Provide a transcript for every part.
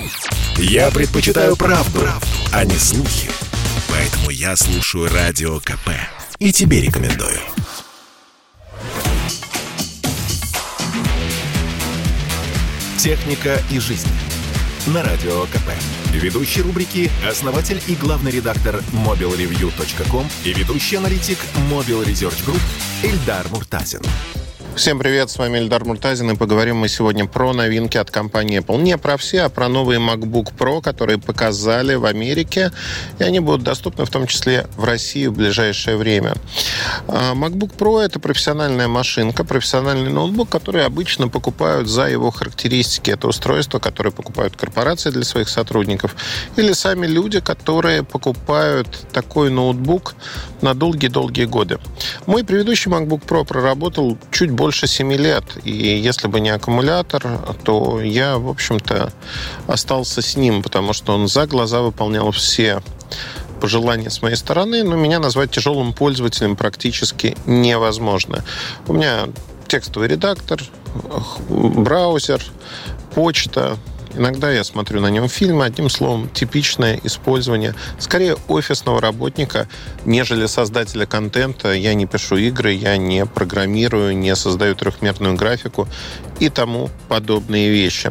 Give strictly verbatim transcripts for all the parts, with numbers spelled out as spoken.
Я предпочитаю правду, правду, а не слухи. Поэтому я слушаю Радио КП. И тебе рекомендую. «Техника и жизнь» на Радио КП. Ведущий рубрики – основатель и главный редактор мобил ревью точка ком и ведущий аналитик Mobile Research Group Эльдар Муртазин. Всем привет, с вами Эльдар Муртазин, и поговорим мы сегодня про новинки от компании Apple. Не про все, а про новые MacBook Pro, которые показали в Америке, и они будут доступны в том числе в России в ближайшее время. MacBook Pro — это профессиональная машинка, профессиональный ноутбук, который обычно покупают за его характеристики. Это устройство, которое покупают корпорации для своих сотрудников, или сами люди, которые покупают такой ноутбук на долгие-долгие годы. Мой предыдущий MacBook Pro проработал чуть больше больше семи лет, и если бы не аккумулятор, то я, в общем-то, остался с ним, потому что он за глаза выполнял все пожелания с моей стороны, но меня назвать тяжелым пользователем практически невозможно. У меня текстовый редактор, браузер, почта. Иногда я смотрю на нем фильмы. Одним словом, типичное использование скорее офисного работника, нежели создателя контента. Я не пишу игры, я не программирую, не создаю трехмерную графику и тому подобные вещи.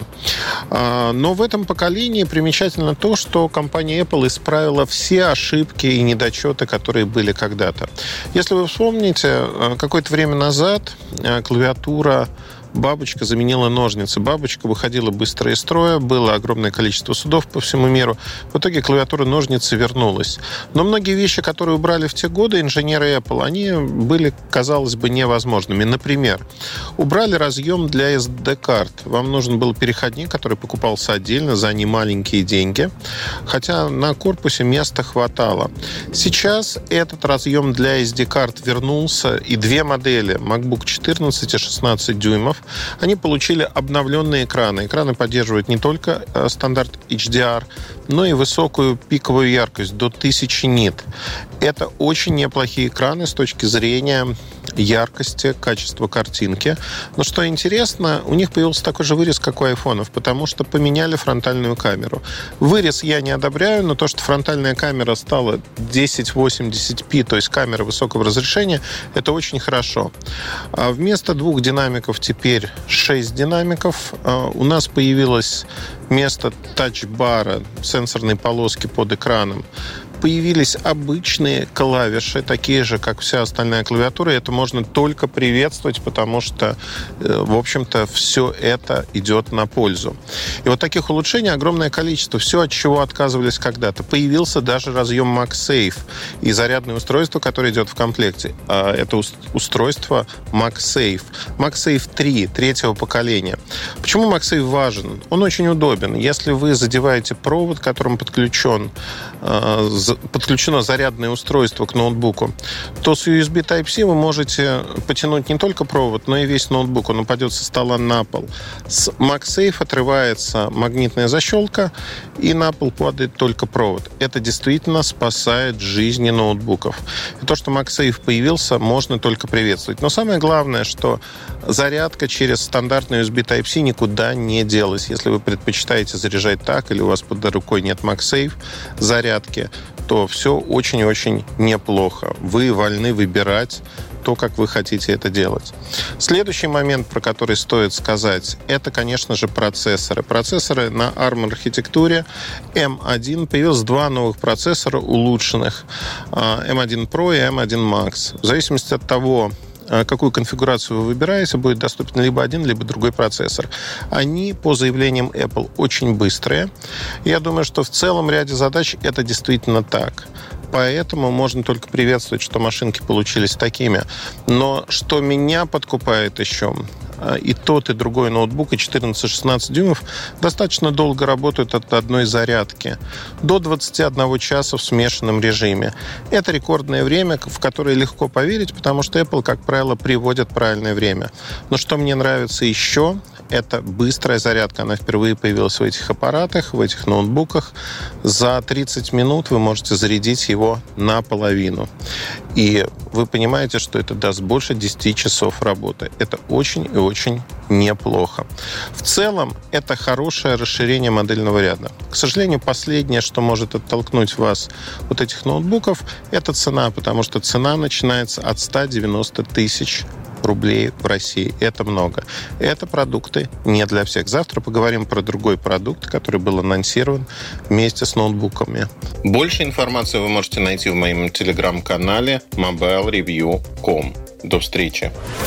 Но в этом поколении примечательно то, что компания Apple исправила все ошибки и недочеты, которые были когда-то. Если вы вспомните, какое-то время назад клавиатура бабочка заменила ножницы. Бабочка выходила быстро из строя, было огромное количество судов по всему миру. В итоге клавиатура ножницы вернулась. Но многие вещи, которые убрали в те годы инженеры Apple, они были, казалось бы, невозможными. Например, убрали разъем для эс ди-карт. Вам нужен был переходник, который покупался отдельно за немаленькие деньги, хотя на корпусе места хватало. Сейчас этот разъем для эс ди-карт вернулся, и две модели MacBook четырнадцать и шестнадцать дюймов они получили обновленные экраны. Экраны поддерживают не только стандарт эйч ди ар, но и высокую пиковую яркость до тысячи нит. Это очень неплохие экраны с точки зрения яркости, качества картинки. Но что интересно, у них появился такой же вырез, как у айфонов, потому что поменяли фронтальную камеру. Вырез я не одобряю, но то, что фронтальная камера стала тысяча восемьдесят пи, то есть камера высокого разрешения, это очень хорошо. А вместо двух динамиков теперь шесть динамиков. У нас появилось вместо тач-бара, сенсорной полоски под экраном, появились обычные клавиши, такие же, как вся остальная клавиатура. И это можно только приветствовать, потому что, в общем-то, все это идет на пользу. И вот таких улучшений огромное количество. Все, от чего отказывались когда-то. Появился даже разъем MagSafe и зарядное устройство, которое идет в комплекте. Это устройство MagSafe. MagSafe три, третьего поколения. Почему MagSafe важен? Он очень удобен. Если вы задеваете провод, к которому подключен подключено зарядное устройство к ноутбуку, то с ю эс би Type-C вы можете потянуть не только провод, но и весь ноутбук. Он упадет со стола на пол. С MagSafe отрывается магнитная защелка, и на пол падает только провод. Это действительно спасает жизни ноутбуков. И то, что MagSafe появился, можно только приветствовать. Но самое главное, что зарядка через стандартный ю эс би Type-C никуда не делась. Если вы предпочитаете заряжать так, или у вас под рукой нет MagSafe зарядки, то все очень-очень неплохо. Вы вольны выбирать то, как вы хотите это делать. Следующий момент, про который стоит сказать, это, конечно же, процессоры. Процессоры на арм-архитектуре эм один. Появилось два новых процессора улучшенных. эм один про и эм один макс. В зависимости от того, какую конфигурацию вы выбираете, будет доступен либо один, либо другой процессор. Они, по заявлениям Apple, очень быстрые. Я думаю, что в целом ряде задач это действительно так. Поэтому можно только приветствовать, что машинки получились такими. Но что меня подкупает еще, и тот, и другой ноутбук, и четырнадцать и шестнадцать дюймов достаточно долго работают от одной зарядки. До двадцати одного часа в смешанном режиме. Это рекордное время, в которое легко поверить, потому что Apple, как правило, приводит правильное время. Но что мне нравится еще, это быстрая зарядка. Она впервые появилась в этих аппаратах, в этих ноутбуках. За тридцать минут вы можете зарядить его наполовину. И вы понимаете, что это даст больше десяти часов работы. Это очень и очень очень неплохо. В целом, это хорошее расширение модельного ряда. К сожалению, последнее, что может оттолкнуть вас от этих ноутбуков, это цена, потому что цена начинается от ста девяноста тысяч рублей в России. Это много. Это продукты не для всех. Завтра поговорим про другой продукт, который был анонсирован вместе с ноутбуками. Больше информации вы можете найти в моем телеграм-канале мобайл ревью точка ком. До встречи.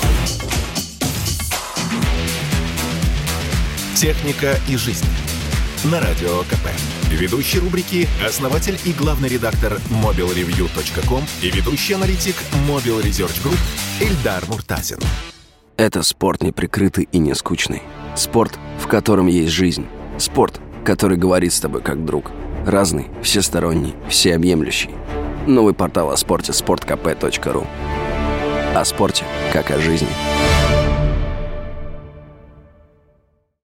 Техника и жизнь. На Радио КП. Ведущий рубрики – основатель и главный редактор мобайл ревью точка ком и ведущий аналитик Mobile Research Group Эльдар Муртазин. Это спорт неприкрытый и не скучный. Спорт, в котором есть жизнь. Спорт, который говорит с тобой как друг. Разный, всесторонний, всеобъемлющий. Новый портал о спорте – спорт кэ пэ точка ру. О спорте, как о жизни.